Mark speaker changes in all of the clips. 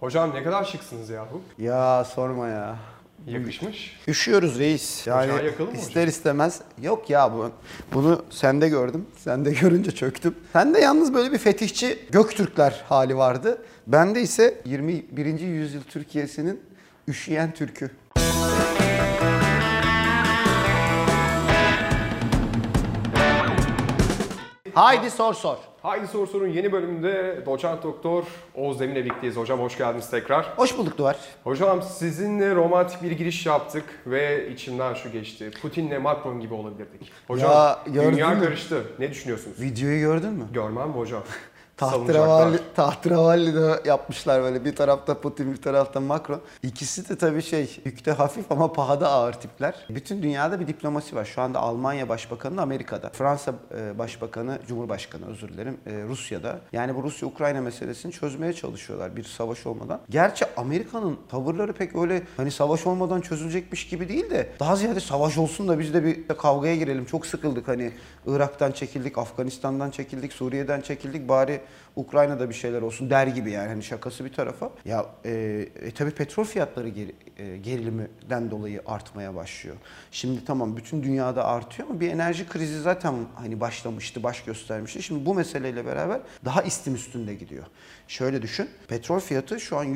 Speaker 1: Hocam ne kadar şıksınız yahu.
Speaker 2: Ya sorma ya.
Speaker 1: Yakışmış.
Speaker 2: Üşüyoruz reis. Yani
Speaker 1: Ocağı yakalım mı
Speaker 2: ister
Speaker 1: hocam?
Speaker 2: istemez. Yok ya bunu sende gördüm. Sende görünce çöktüm. Sende yalnız böyle bir fetihçi Göktürkler hali vardı. Bende ise 21. yüzyıl Türkiye'sinin üşüyen Türk'ü. Haydi sor.
Speaker 1: Haydi Soru Sorun yeni bölümünde doçent doktor Oğuz Demir'le birlikteyiz. Hocam hoş geldiniz tekrar.
Speaker 2: Hoş bulduk Duvar.
Speaker 1: Hocam sizinle romantik bir giriş yaptık ve içimden şu geçti. Putin'le Macron gibi olabilirdik. Hocam
Speaker 2: Ya, gördün
Speaker 1: dünya
Speaker 2: mü?
Speaker 1: karıştı. Ne düşünüyorsunuz?
Speaker 2: Videoyu gördün mü?
Speaker 1: Görmem mi hocam?
Speaker 2: Tahterevalli'de yapmışlar böyle. Bir tarafta Putin, bir tarafta Macron. İkisi de tabii yükte hafif ama pahada ağır tipler. Bütün dünyada bir diplomasi var. Şu anda Almanya Başbakanı Amerika'da. Fransa Başbakanı, Cumhurbaşkanı özür dilerim, Rusya'da. Yani bu Rusya-Ukrayna meselesini çözmeye çalışıyorlar bir savaş olmadan. Gerçi Amerika'nın tavırları pek öyle hani savaş olmadan çözülecekmiş gibi değil de daha ziyade savaş olsun da biz de bir kavgaya girelim. Çok sıkıldık hani Irak'tan çekildik, Afganistan'dan çekildik, Suriye'den çekildik. Bari Ukrayna'da bir şeyler olsun der gibi yani hani şakası bir tarafa. Ya tabii petrol fiyatları geriliminden dolayı artmaya başlıyor. Şimdi tamam bütün dünyada artıyor ama bir enerji krizi zaten hani başlamıştı, baş göstermişti. Şimdi bu meseleyle beraber daha istim üstünde gidiyor. Şöyle düşün, petrol fiyatı şu an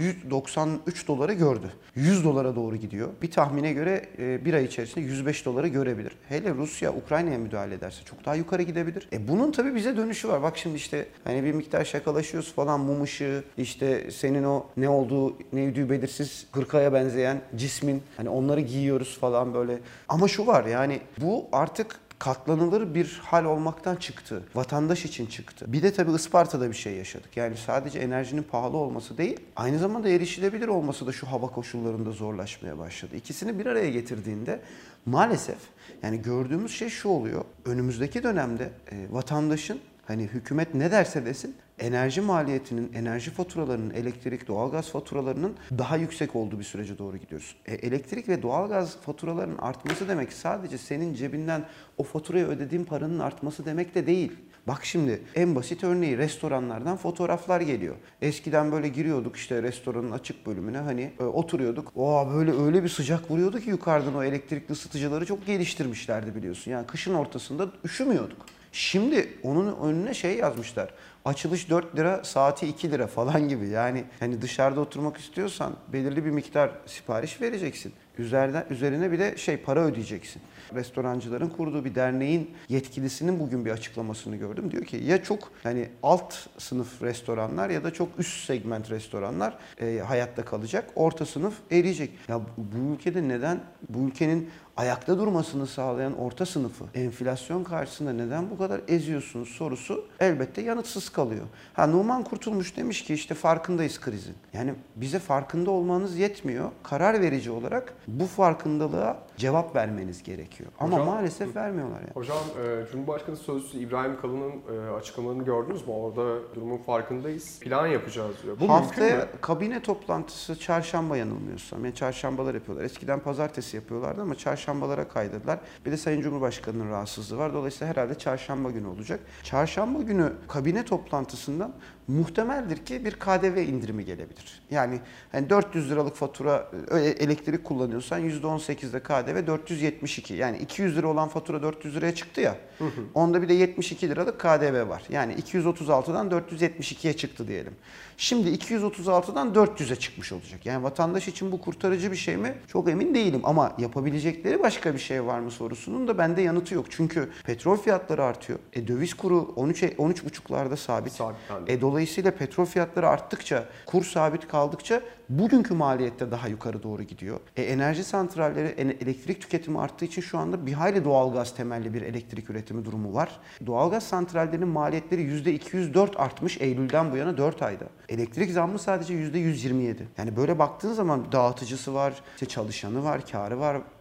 Speaker 2: 193 dolara gördü. 100 dolara doğru gidiyor. Bir tahmine göre bir ay içerisinde 105 doları görebilir. Hele Rusya Ukrayna'ya müdahale ederse çok daha yukarı gidebilir. Bunun tabii bize dönüşü var. Bak şimdi işte hani bir miktar şakalaşıyoruz falan, mum ışığı, işte senin o ne olduğu, ne ödüğü belirsiz hırkaya benzeyen cismin, hani onları giyiyoruz falan böyle. Ama şu var yani bu artık katlanılır bir hal olmaktan çıktı. Vatandaş için çıktı. Bir de tabii Isparta'da bir şey yaşadık. Yani sadece enerjinin pahalı olması değil, aynı zamanda erişilebilir olması da şu hava koşullarında zorlaşmaya başladı. İkisini bir araya getirdiğinde maalesef yani gördüğümüz şey şu oluyor. Önümüzdeki dönemde vatandaşın hani hükümet ne derse desin enerji maliyetinin, enerji faturalarının, elektrik, doğalgaz faturalarının daha yüksek olduğu bir sürece doğru gidiyoruz. Elektrik ve doğalgaz faturalarının artması demek sadece senin cebinden o faturayı ödediğin paranın artması demek de değil. Bak şimdi en basit örneği restoranlardan fotoğraflar geliyor. Eskiden böyle giriyorduk işte restoranın açık bölümüne hani oturuyorduk. Böyle öyle bir sıcak vuruyordu ki yukarıdan o elektrikli ısıtıcıları çok geliştirmişlerdi biliyorsun. Yani kışın ortasında üşümüyorduk. Şimdi onun önüne şey yazmışlar. Açılış 4 lira, saati 2 lira falan gibi. Yani hani dışarıda oturmak istiyorsan belirli bir miktar sipariş vereceksin. Üzerine bir de para ödeyeceksin. Restorancıların kurduğu bir derneğin yetkilisinin bugün bir açıklamasını gördüm. Diyor ki ya çok hani alt sınıf restoranlar ya da çok üst segment restoranlar hayatta kalacak. Orta sınıf eriyecek. Ya bu ülkede neden bu ülkenin ayakta durmasını sağlayan orta sınıfı enflasyon karşısında neden bu kadar eziyorsunuz sorusu elbette yanıtsız kalıyor. Numan Kurtulmuş demiş ki işte farkındayız krizin. Yani bize farkında olmanız yetmiyor. Karar verici olarak bu farkındalığa cevap vermeniz gerekiyor. Ama
Speaker 1: hocam,
Speaker 2: maalesef vermiyorlar yani.
Speaker 1: Hocam Cumhurbaşkanı Sözcüsü İbrahim Kalın'ın açıklamalarını gördünüz mü? Orada durumun farkındayız. Plan yapacağız diyor. Bu
Speaker 2: Haftaya
Speaker 1: mümkün mü?
Speaker 2: kabine toplantısı çarşamba yanılmıyorsam. Yani çarşambalar yapıyorlar. Eskiden pazartesi yapıyorlardı ama çarşambalara kaydırdılar. Bir de Sayın Cumhurbaşkanı'nın rahatsızlığı var. Dolayısıyla herhalde çarşamba günü olacak. Çarşamba günü kabine toplantısından muhtemeldir ki bir KDV indirimi gelebilir. Yani 400 liralık fatura elektrik kullanıyorsan %18'de KDV 472. Yani 200 lira olan fatura 400 liraya çıktı ya. Onda bir de 72 liralık KDV var. Yani 236'dan 472'ye çıktı diyelim. Şimdi 236'dan 400'e çıkmış olacak. Yani vatandaş için bu kurtarıcı bir şey mi? Çok emin değilim ama yapabilecekleri başka bir şey var mı sorusunun da bende yanıtı yok. Çünkü petrol fiyatları artıyor. Döviz kuru 13,5'larda sabit. Dolayısıyla petrol fiyatları arttıkça, kur sabit kaldıkça bugünkü maliyette daha yukarı doğru gidiyor. Enerji santralleri elektrik tüketimi arttığı için şu anda bir hayli doğalgaz temelli bir elektrik üretimi durumu var. Doğalgaz santrallerinin maliyetleri %204 artmış Eylül'den bu yana 4 ayda. Elektrik zammı sadece %127. Yani böyle baktığın zaman dağıtıcısı var, çalışanı var, kârı var,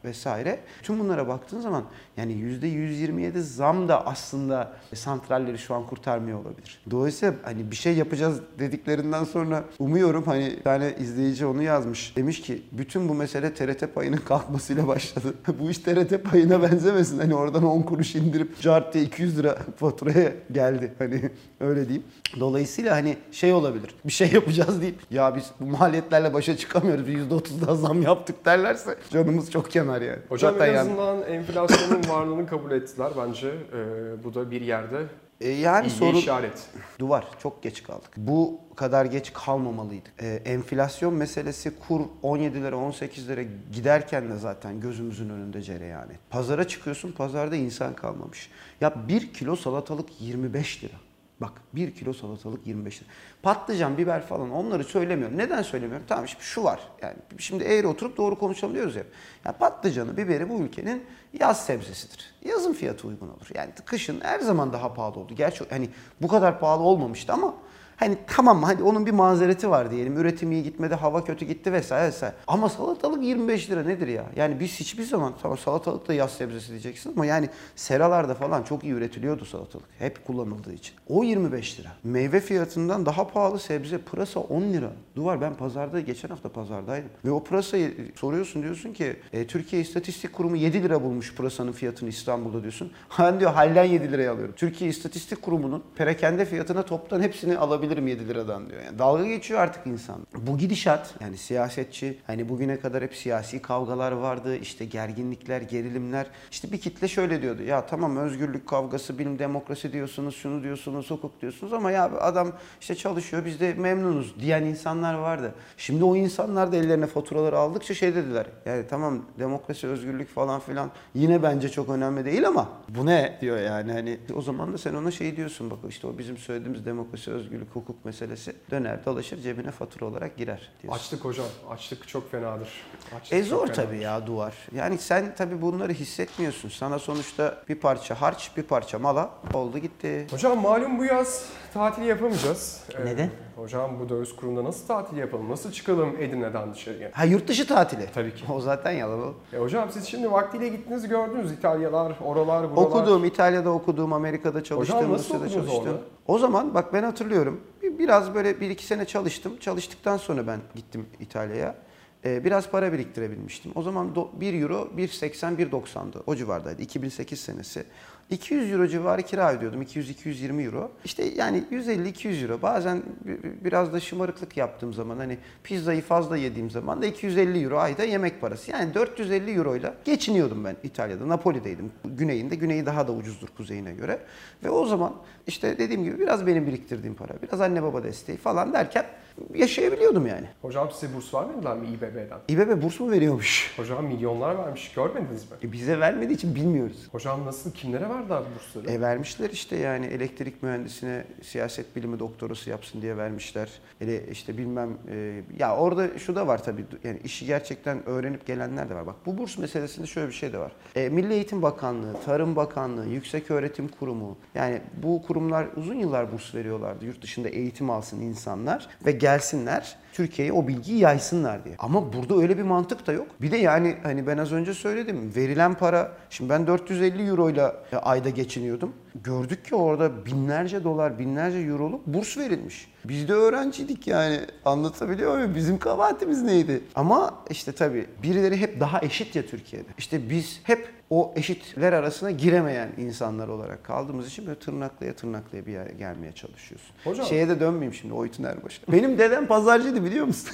Speaker 2: vesaire. Tüm bunlara baktığın zaman yani %127 zam da aslında santralleri şu an kurtarmıyor olabilir. Dolayısıyla hani bir şey yapacağız dediklerinden sonra umuyorum hani bir tane izleyici onu yazmış. Demiş ki bütün bu mesele TRT payının kalkmasıyla başladı. Bu iş TRT payına benzemesin. Hani oradan 10 kuruş indirip cart diye 200 lira faturaya geldi. Hani öyle diyeyim. Dolayısıyla hani şey olabilir. Bir şey yapacağız deyip ya biz bu maliyetlerle başa çıkamıyoruz. Bir %30 daha zam yaptık derlerse canımız çok yanar yani.
Speaker 1: Hocam
Speaker 2: Zaten
Speaker 1: en azından enflasyonun varlığını kabul ettiler bence. Bu da bir yerde
Speaker 2: yani
Speaker 1: iyi
Speaker 2: sorun
Speaker 1: işaret.
Speaker 2: duvar. Çok geç kaldık. Bu kadar geç kalmamalıydık. Enflasyon meselesi kur 17'lere 18'lere giderken de zaten gözümüzün önünde cereyan. Pazara çıkıyorsun, pazarda insan kalmamış. Ya 1 kilo salatalık 25 lira. Bak 1 kilo salatalık 25 lira. Patlıcan, biber falan onları söylemiyorum. Neden söylemiyorum? Tamam şimdi şu var. Yani şimdi eğri oturup doğru konuşalım diyoruz ya. Ya patlıcanı, biberi bu ülkenin yaz sebzesidir. Yazın fiyatı uygun olur. Yani kışın her zaman daha pahalı oldu. Gerçi hani bu kadar pahalı olmamıştı ama hani tamam hadi onun bir mazereti var diyelim. Üretim iyi gitmedi, hava kötü gitti vesaire vesaire. Ama salatalık 25 lira nedir ya? Yani biz hiçbir zaman tamam salatalık da yaz sebzesi diyeceksin ama yani seralarda falan çok iyi üretiliyordu salatalık. Hep kullanıldığı için. O 25 lira. Meyve fiyatından daha pahalı sebze pırasa 10 lira. Duvar ben pazarda geçen hafta pazardaydım. Ve o pırasayı soruyorsun diyorsun ki Türkiye İstatistik Kurumu 7 lira bulmuş pırasanın fiyatını İstanbul'da diyorsun. Ben diyor halden 7 liraya alıyorum. Türkiye İstatistik Kurumu'nun perakende fiyatına toptan hepsini alabilirim 7 liradan diyor. Yani dalga geçiyor artık insan. Bu gidişat yani siyasetçi hani bugüne kadar hep siyasi kavgalar vardı. İşte gerginlikler, gerilimler. İşte bir kitle şöyle diyordu. Ya tamam özgürlük kavgası, bilim demokrasi diyorsunuz, şunu diyorsunuz, hukuk diyorsunuz ama ya adam işte çalışıyor biz de memnunuz diyen insanlar vardı. Şimdi o insanlar da ellerine faturaları aldıkça şey dediler. Yani tamam demokrasi, özgürlük falan filan yine bence çok önemli değil ama bu ne diyor yani hani o zaman da sen ona şey diyorsun bak işte o bizim söylediğimiz demokrasi, özgürlük, hukuk meselesi döner dolaşır cebine fatura olarak girer diyorsun.
Speaker 1: Açlık hocam. Açlık çok fenadır. Açlık
Speaker 2: Zor
Speaker 1: çok
Speaker 2: tabii
Speaker 1: fenadır.
Speaker 2: ya duvar. Yani sen tabii bunları hissetmiyorsun. Sana sonuçta bir parça harç, bir parça mala oldu gitti.
Speaker 1: Hocam malum bu yaz tatil yapamayacağız.
Speaker 2: Neden?
Speaker 1: Hocam bu döviz kurunda nasıl tatil yapalım? Nasıl çıkalım Edirne'den dışarıya?
Speaker 2: Ha yurt dışı tatili.
Speaker 1: Tabii ki.
Speaker 2: O zaten yalan o.
Speaker 1: Hocam siz şimdi vaktiyle gittiniz gördünüz İtalyalar, oralar, buralar.
Speaker 2: Okuduğum, İtalya'da okuduğum, Amerika'da çalıştığım,
Speaker 1: Hocam nasıl
Speaker 2: Rusya'da
Speaker 1: okudunuz
Speaker 2: çalıştım.
Speaker 1: orada?
Speaker 2: O zaman bak ben hatırlıyorum. Biraz böyle 1-2 sene çalıştım. Çalıştıktan sonra ben gittim İtalya'ya. Biraz para biriktirebilmiştim. O zaman 1 euro 1.80 1.90'dı. O civardaydı. 2008 senesi. 200 euro civarı kira ödüyordum. 200-220 euro. İşte yani 150-200 euro. Bazen biraz da şımarıklık yaptığım zaman hani pizzayı fazla yediğim zaman da 250 euro ayda yemek parası. Yani 450 euro ile geçiniyordum ben İtalya'da. Napoli'deydim. Güneyinde. Güneyi daha da ucuzdur kuzeyine göre. Ve o zaman işte dediğim gibi biraz benim biriktirdiğim para, biraz anne baba desteği falan derken yaşayabiliyordum yani.
Speaker 1: Hocam size burs vermediler mi İBB'den?
Speaker 2: İBB burs mu veriyormuş?
Speaker 1: Hocam milyonlar vermiş görmediniz mi?
Speaker 2: Bize vermediği için bilmiyoruz.
Speaker 1: Hocam nasıl kimlere verdiler bursları?
Speaker 2: Vermişler işte yani elektrik mühendisine siyaset bilimi doktorası yapsın diye vermişler. İşte bilmem ya orada şu da var tabii yani işi gerçekten öğrenip gelenler de var. Bak bu burs meselesinde şöyle bir şey de var. Milli Eğitim Bakanlığı, Tarım Bakanlığı, Yükseköğretim Kurumu yani bu kurumlar uzun yıllar burs veriyorlardı. Yurt dışında eğitim alsın insanlar ve gelsinler Türkiye'ye o bilgiyi yaysınlar diye. Ama burada öyle bir mantık da yok. Bir de yani hani ben az önce söyledim verilen para şimdi ben 450 euro ile ayda geçiniyordum. Gördük ki orada binlerce dolar, binlerce euroluk burs verilmiş. Biz de öğrenciydik yani anlatabiliyor muyum? Bizim kabahatimiz neydi? Ama işte tabii birileri hep daha eşit ya Türkiye'de. İşte biz hep o eşitler arasına giremeyen insanlar olarak kaldığımız için böyle tırnaklaya bir yere gelmeye çalışıyorsun.
Speaker 1: Hocam.
Speaker 2: Şeye de dönmeyeyim şimdi Oytun Erbaş'a. Benim dedem pazarcıydı biliyor musun?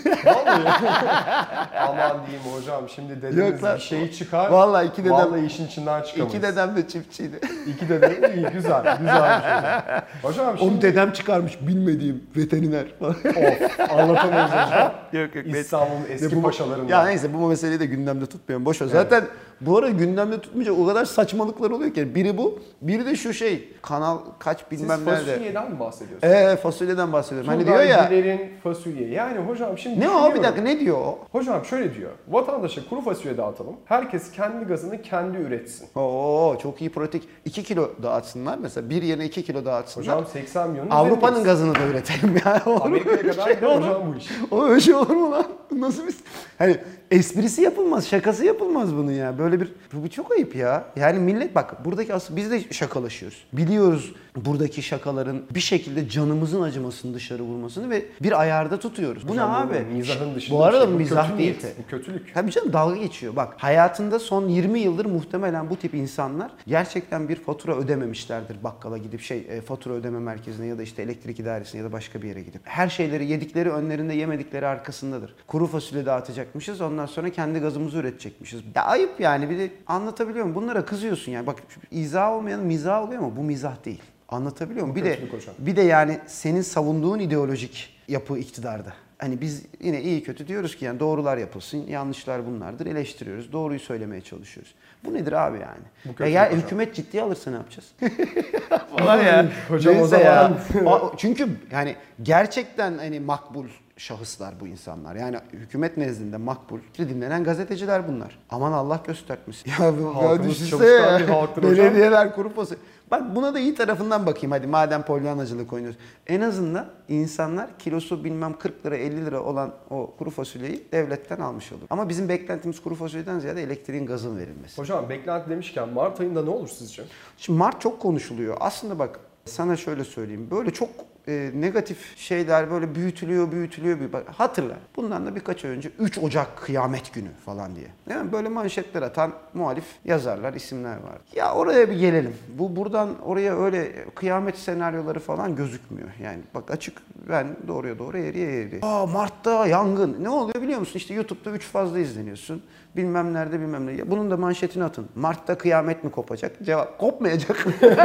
Speaker 1: Vallahi. Aman diyeyim hocam şimdi dediniz
Speaker 2: Yok lan.
Speaker 1: bir şey çıkar.
Speaker 2: Vallahi iki dedem-
Speaker 1: Vallahi işin içinden çıkamayız.
Speaker 2: İki dedem de çiftçiydi.
Speaker 1: İki dedem iyi güzel. Güzelmiş hocam. Hocam şimdi...
Speaker 2: Onu dedem çıkarmış bilmediğim veteriner falan.
Speaker 1: Of anlatamayız hocam.
Speaker 2: Yok yok.
Speaker 1: İstanbul'un eski paşalarından.
Speaker 2: Ya neyse bu meseleyi de gündemde tutmuyorum. Boş ver. Zaten bu arada gündemde tutmayacak o kadar saçmalıklar oluyor ki. Biri bu, biri de şu şey. Kanal kaç bilmem
Speaker 1: Siz
Speaker 2: nerede.
Speaker 1: fasulyeden mi bahsediyorsunuz?
Speaker 2: Fasulyeden bahsediyorum. Hani diyor ya.
Speaker 1: Turgaygilerin fasulye. Yani hocam şimdi
Speaker 2: Ne o bir
Speaker 1: düşünüyorum.
Speaker 2: dakika ne diyor o?
Speaker 1: Hocam şöyle diyor. Vatandaşa kuru fasulye dağıtalım. Herkes kendi gazını kendi üretsin.
Speaker 2: Oo çok iyi pratik. 2 kilo dağıtsınlar mesela. Bir yerine 2 kilo dağıtsınlar.
Speaker 1: Hocam 80 milyon
Speaker 2: Avrupa'nın
Speaker 1: üzerindeyiz.
Speaker 2: gazını da üretelim ya.
Speaker 1: Amerika'ya kadar gider hocam bu iş.
Speaker 2: O öyle şey olur mu lan? Bu nasıl bir... Hani esprisi yapılmaz, şakası yapılmaz bunun ya. Böyle bir... Bu çok ayıp ya. Yani millet bak buradaki asıl biz de şakalaşıyoruz. Biliyoruz buradaki şakaların bir şekilde canımızın acımasını dışarı vurmasını ve bir ayarda tutuyoruz. Bu ne abi?
Speaker 1: Mizahın dışında
Speaker 2: Bu arada
Speaker 1: bir şey.
Speaker 2: mizah
Speaker 1: kötü
Speaker 2: değil.
Speaker 1: niyet, bu kötülük.
Speaker 2: Tabii canım dalga geçiyor. Bak hayatında son 20 yıldır muhtemelen bu tip insanlar gerçekten bir fatura ödememişlerdir bakkala gidip fatura ödeme merkezine ya da işte elektrik idaresine ya da başka bir yere gidip. Her şeyleri yedikleri önlerinde yemedikleri arkasındadır. Kuru fasulye dağıtacakmışız ondan sonra kendi gazımızı üretecekmişiz. Ya ayıp yani bir de anlatabiliyor muyum? Bunlara kızıyorsun yani. Bak izah olmayan mizah oluyor ama bu mizah değil. Anlatabiliyor muyum? Bir de yani senin savunduğun ideolojik yapı iktidarda. Hani biz yine iyi kötü diyoruz ki yani doğrular yapılsın, yanlışlar bunlardır, eleştiriyoruz, doğruyu söylemeye çalışıyoruz. Bu nedir abi yani? Ya hükümet ciddiye alırsa ne yapacağız? Falan ya.
Speaker 1: Hocam
Speaker 2: neyse
Speaker 1: o zaman...
Speaker 2: ya. Çünkü yani gerçekten hani makbul şahıslar bu insanlar. Yani hükümet nezdinde makbul, dinlenen gazeteciler bunlar. Aman Allah göstermesin. Ya düşünsene ya. Belediyeler kuru fasulye. Bak buna da iyi tarafından bakayım hadi madem polyanacılık oynuyoruz. En azından insanlar kilosu bilmem 40 lira 50 lira olan o kuru fasulyeyi devletten almış olur. Ama bizim beklentimiz kuru fasulyeden ziyade elektriğin gazın verilmesi.
Speaker 1: Hocam beklenti demişken Mart ayında ne olur sizce?
Speaker 2: Şimdi Mart çok konuşuluyor. Aslında bak sana şöyle söyleyeyim. Böyle çok negatif şeyler böyle büyütülüyor. Bak, hatırla. Bundan da birkaç ay önce 3 Ocak kıyamet günü falan diye. Yani böyle manşetler atan muhalif yazarlar, isimler var. Ya oraya bir gelelim. Buradan oraya öyle kıyamet senaryoları falan gözükmüyor. Yani bak açık ben doğruya doğru eğriye. Mart'ta yangın. Ne oluyor biliyor musun? İşte YouTube'da 3 fazla izleniyorsun. Bilmem nerede bilmem ne. Ya bunun da manşetini atın. Mart'ta kıyamet mi kopacak? Cevap kopmayacak.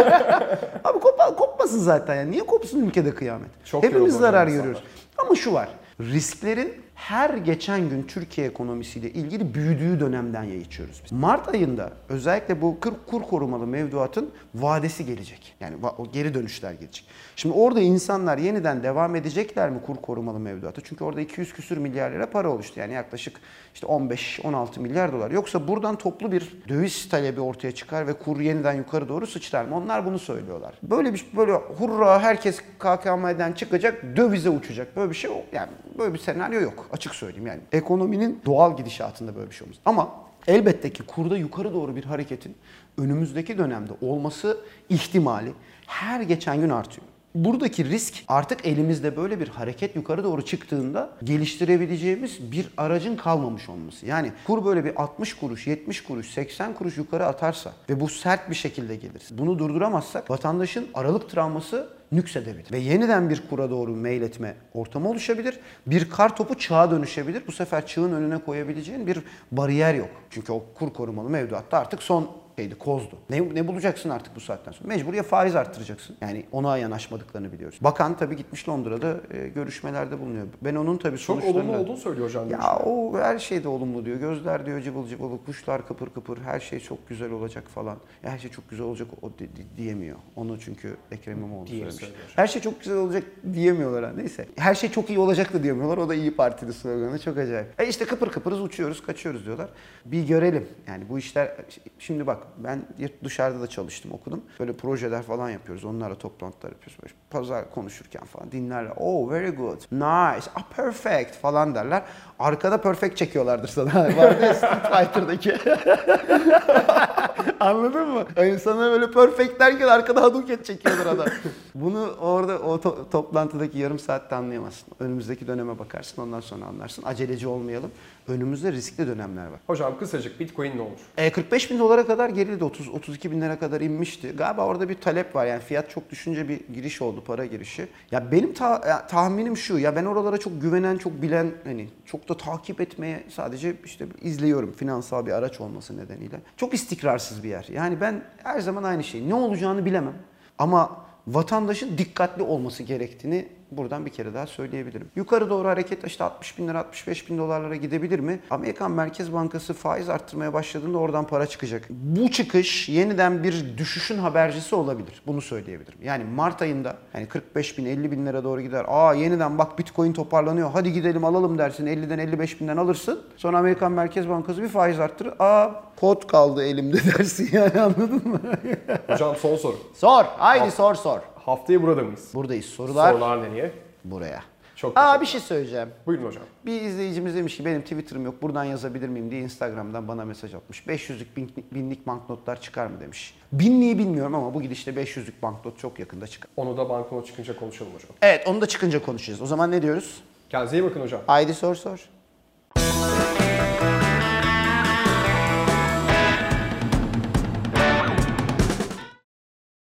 Speaker 2: Abi kopmasın zaten yani. Niye kopsun ülkede kıyamet?
Speaker 1: Çok
Speaker 2: hepimiz zarar
Speaker 1: insanlar.
Speaker 2: görüyoruz. Ama şu var. Risklerin her geçen gün Türkiye ekonomisiyle ilgili büyüdüğü dönemden geçiyoruz biz. Mart ayında özellikle bu kur korumalı mevduatın vadesi gelecek. Yani o geri dönüşler gelecek. Şimdi orada insanlar yeniden devam edecekler mi kur korumalı mevduatı? Çünkü orada 200 küsür milyar lira para oluştu. Yani yaklaşık işte 15-16 milyar dolar. Yoksa buradan toplu bir döviz talebi ortaya çıkar ve kur yeniden yukarı doğru sıçrar mı? Onlar bunu söylüyorlar. Böyle hurra herkes KKM'den çıkacak, dövize uçacak. Böyle bir şey yani böyle bir senaryo yok. Açık söyleyeyim yani. Ekonominin doğal gidişatında böyle bir şey olmaz. Ama elbette ki kurda yukarı doğru bir hareketin önümüzdeki dönemde olması ihtimali her geçen gün artıyor. Buradaki risk artık elimizde böyle bir hareket yukarı doğru çıktığında geliştirebileceğimiz bir aracın kalmamış olması. Yani kur böyle bir 60 kuruş, 70 kuruş, 80 kuruş yukarı atarsa ve bu sert bir şekilde gelirse bunu durduramazsak vatandaşın aralık travması nüksedebilir. Ve yeniden bir kura doğru meyletme ortamı oluşabilir. Bir kar topu çağa dönüşebilir. Bu sefer çığın önüne koyabileceğin bir bariyer yok. Çünkü o kur korumalı mevduatta artık son kozdu. Ne bulacaksın artık bu saatten sonra? Mecbur ya faiz arttıracaksın. Yani ona yanaşmadıklarını biliyoruz. Bakan tabii gitmiş Londra'da görüşmelerde bulunuyor. Ben onun tabii sonuçlarını...
Speaker 1: Çok olumlu olduğunu söylüyor hocam.
Speaker 2: Ya o her şeyde olumlu diyor. Gözler diyor cıvıl cıvıl, kuşlar kıpır kıpır, her şey çok güzel olacak falan. Ya her şey çok güzel olacak o diyemiyor. Onu çünkü Ekrem İmamoğlu söylemiş. Her şey çok güzel olacak diyemiyorlar ha. Neyse. Her şey çok iyi olacak da diyemiyorlar. O da İyi Parti'nin sloganı. Çok acayip. İşte kıpır kıpırız uçuyoruz, kaçıyoruz diyorlar. Bir görelim. Yani bu işler... Şimdi bak ben dışarıda da çalıştım, okudum. Böyle projeler falan yapıyoruz. Onlarla toplantılar yapıyoruz. Böyle pazar konuşurken falan dinlerler. Oh very good. Nice. Perfect falan derler. Arkada perfect çekiyorlardır sana. Vardı ya Street Fighter'daki. Anladın mı? Yani sana böyle perfect derken arkada Hadouken çekiyordur adam. Bunu orada o toplantıdaki yarım saatte anlayamazsın. Önümüzdeki döneme bakarsın ondan sonra anlarsın. Aceleci olmayalım. Önümüzde riskli dönemler var.
Speaker 1: Hocam kısacık Bitcoin ne olur?
Speaker 2: 45 bin dolara kadar gerildi. 32 bin lira kadar inmişti. Galiba orada bir talep var. Yani fiyat çok düşünce bir giriş oldu. Para girişi. Ya benim tahminim şu. Ya ben oralara çok güvenen, çok bilen, hani çok da takip etmeye sadece işte izliyorum. Finansal bir araç olması nedeniyle. Çok istikrarsız bir yer. Yani ben her zaman aynı şey. Ne olacağını bilemem. Ama vatandaşın dikkatli olması gerektiğini buradan bir kere daha söyleyebilirim. Yukarı doğru hareket işte 60 bin lira, 65 bin dolarlara gidebilir mi? Amerikan Merkez Bankası faiz arttırmaya başladığında oradan para çıkacak. Bu çıkış yeniden bir düşüşün habercisi olabilir. Bunu söyleyebilirim. Yani Mart ayında yani 45 bin, 50 bin lira doğru gider. Yeniden bak Bitcoin toparlanıyor. Hadi gidelim alalım dersin. 50'den 55 binden alırsın. Sonra Amerikan Merkez Bankası bir faiz arttırır. Pot kaldı elimde dersin yani anladın mı?
Speaker 1: Hocam son soru.
Speaker 2: Sor. Haydi sor.
Speaker 1: Haftaya burada mıyız?
Speaker 2: Buradayız. Sorular
Speaker 1: Sorular nereye?
Speaker 2: buraya.
Speaker 1: Çok teşekkür
Speaker 2: Bir şey söyleyeceğim.
Speaker 1: Buyurun hocam.
Speaker 2: Bir izleyicimiz demiş ki benim Twitter'ım yok, buradan yazabilir miyim diye Instagram'dan bana mesaj atmış. 500'lük binlik banknotlar çıkar mı demiş. Binliği bilmiyorum ama bu gidişle 500'lük banknot çok yakında çıkar.
Speaker 1: Onu da banknot çıkınca konuşalım hocam.
Speaker 2: Evet, onu da çıkınca konuşacağız. O zaman ne diyoruz?
Speaker 1: Kendinize iyi bakın hocam.
Speaker 2: Haydi sor.